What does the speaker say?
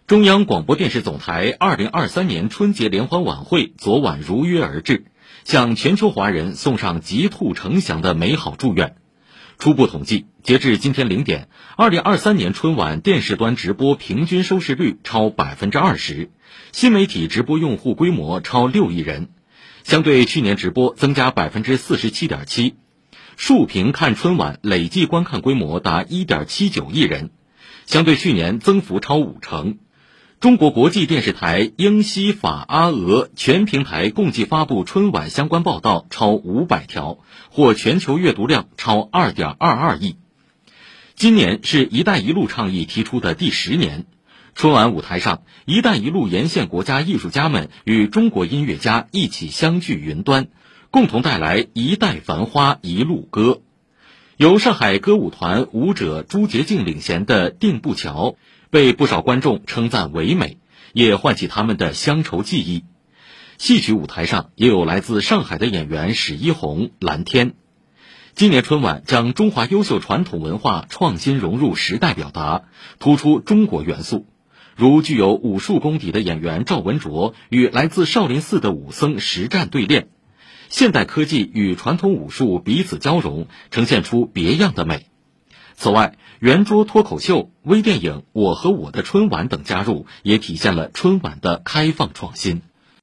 中央广播电视总台2023年春节联欢晚会昨晚如约而至，向全球华人送上吉兔呈祥的美好祝愿。初步统计，截至今天0点，2023年春晚电视端直播平均收视率超 20%， 新媒体直播用户规模超6亿人，相对去年直播增加 47.7%， 竖屏看春晚累计观看规模达 1.79 亿人，相对去年增幅超50%。中国国际电视台英西法阿俄全平台共计发布春晚相关报道超500条，获全球阅读量超 2.22 亿。今年是一带一路倡议提出的第10年，春晚舞台上，一带一路沿线国家艺术家们与中国音乐家一起相聚云端，共同带来一带繁花一路歌。由上海歌舞团舞者朱洁静领衔的定步桥被不少观众称赞唯美，也唤起他们的乡愁记忆。戏曲舞台上也有来自上海的演员史一红、蓝天。今年春晚将中华优秀传统文化创新融入时代表达，突出中国元素，如具有武术功底的演员赵文卓与来自少林寺的武僧实战对练，现代科技与传统武术彼此交融，呈现出别样的美。此外，圆桌脱口秀、微电影《我和我的春晚》等加入，也体现了春晚的开放创新。